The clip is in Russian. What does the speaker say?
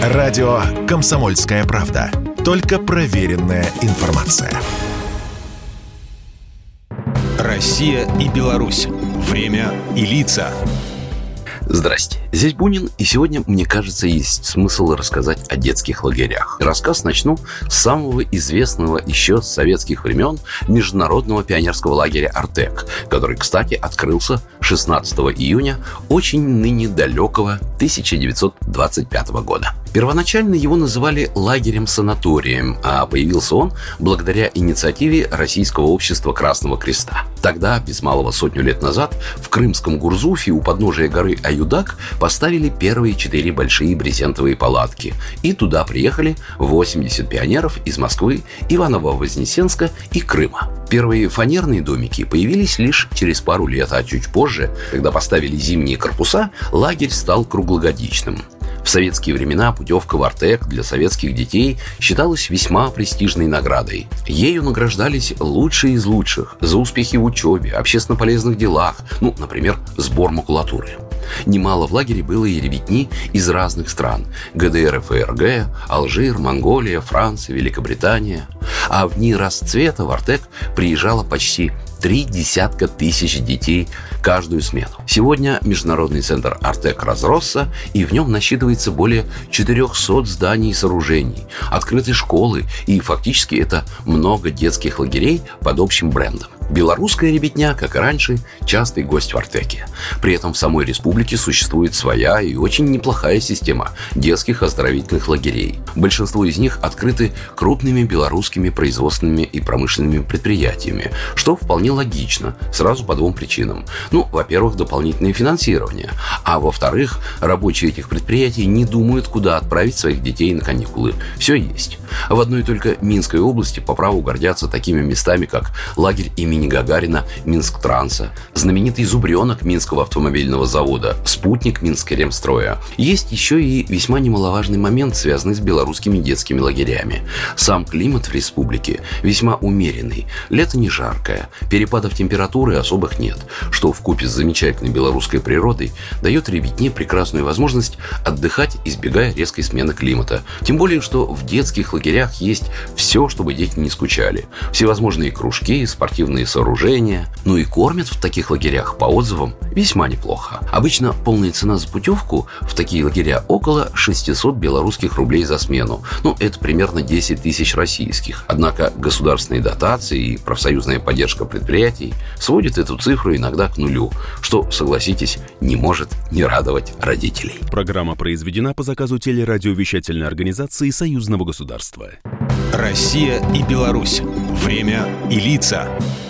Радио «Комсомольская правда». Только проверенная информация. Россия и Беларусь. Время и лица. Здрасте, здесь Бунин, и сегодня, мне кажется, есть смысл рассказать о детских лагерях. Рассказ начну с самого известного еще с советских времен международного пионерского лагеря «Артек», который, кстати, открылся 16 июня очень ныне далекого 1925 года. Первоначально его называли лагерем-санаторием, а появился он благодаря инициативе Российского общества Красного Креста. Тогда, без малого сотню лет назад, в крымском Гурзуфе у подножия горы Аюдак поставили первые 4 большие брезентовые палатки, и туда приехали 80 пионеров из Москвы, Иваново-Вознесенска и Крыма. Первые фанерные домики появились лишь через пару лет, а чуть позже, когда поставили зимние корпуса, лагерь стал круглогодичным. В советские времена путевка в «Артек» для советских детей считалась весьма престижной наградой. Ею награждались лучшие из лучших за успехи в учебе, общественно полезных делах, например, сбор макулатуры. Немало в лагере было и ребятни из разных стран – ГДР, ФРГ, Алжир, Монголия, Франция, Великобритания. А в дни расцвета в «Артек» приезжало почти 30 тысяч детей каждую смену. Сегодня международный центр «Артек» разросся, и в нем насчитывается более 400 зданий и сооружений, открыты школы, и фактически это много детских лагерей под общим брендом. Белорусская ребятня, как и раньше, частый гость в «Артеке». При этом в самой республике существует своя и очень неплохая система детских оздоровительных лагерей. Большинство из них открыты крупными белорусскими производственными и промышленными предприятиями, что вполне логично, сразу по 2 причинам. Во-первых, дополнительное финансирование, а во-вторых, рабочие этих предприятий не думают, куда отправить своих детей на каникулы. Все есть. В одной только Минской области по праву гордятся такими местами, как лагерь имени Гагарина Минсктранса, знаменитый зубренок Минского автомобильного завода, спутник Минскремстроя. Есть еще и весьма немаловажный момент, связанный с белорусскими детскими лагерями. Сам климат в республике весьма умеренный. Лето не жаркое, перепадов температуры особых нет, что вкупе с замечательной белорусской природой дает ребятне прекрасную возможность отдыхать, избегая резкой смены климата. Тем более, что в детских лагерях есть все, чтобы дети не скучали. Всевозможные кружки, спортивные сооружения. И кормят в таких лагерях, по отзывам, весьма неплохо. Обычно полная цена за путевку в такие лагеря около 600 белорусских рублей за смену. Это примерно 10 тысяч российских. Однако государственные дотации и профсоюзная поддержка предприятий сводят эту цифру иногда к нулю, что, согласитесь, не может не радовать родителей. Программа произведена по заказу телерадиовещательной организации Союзного государства. Россия и Беларусь. Время и лица.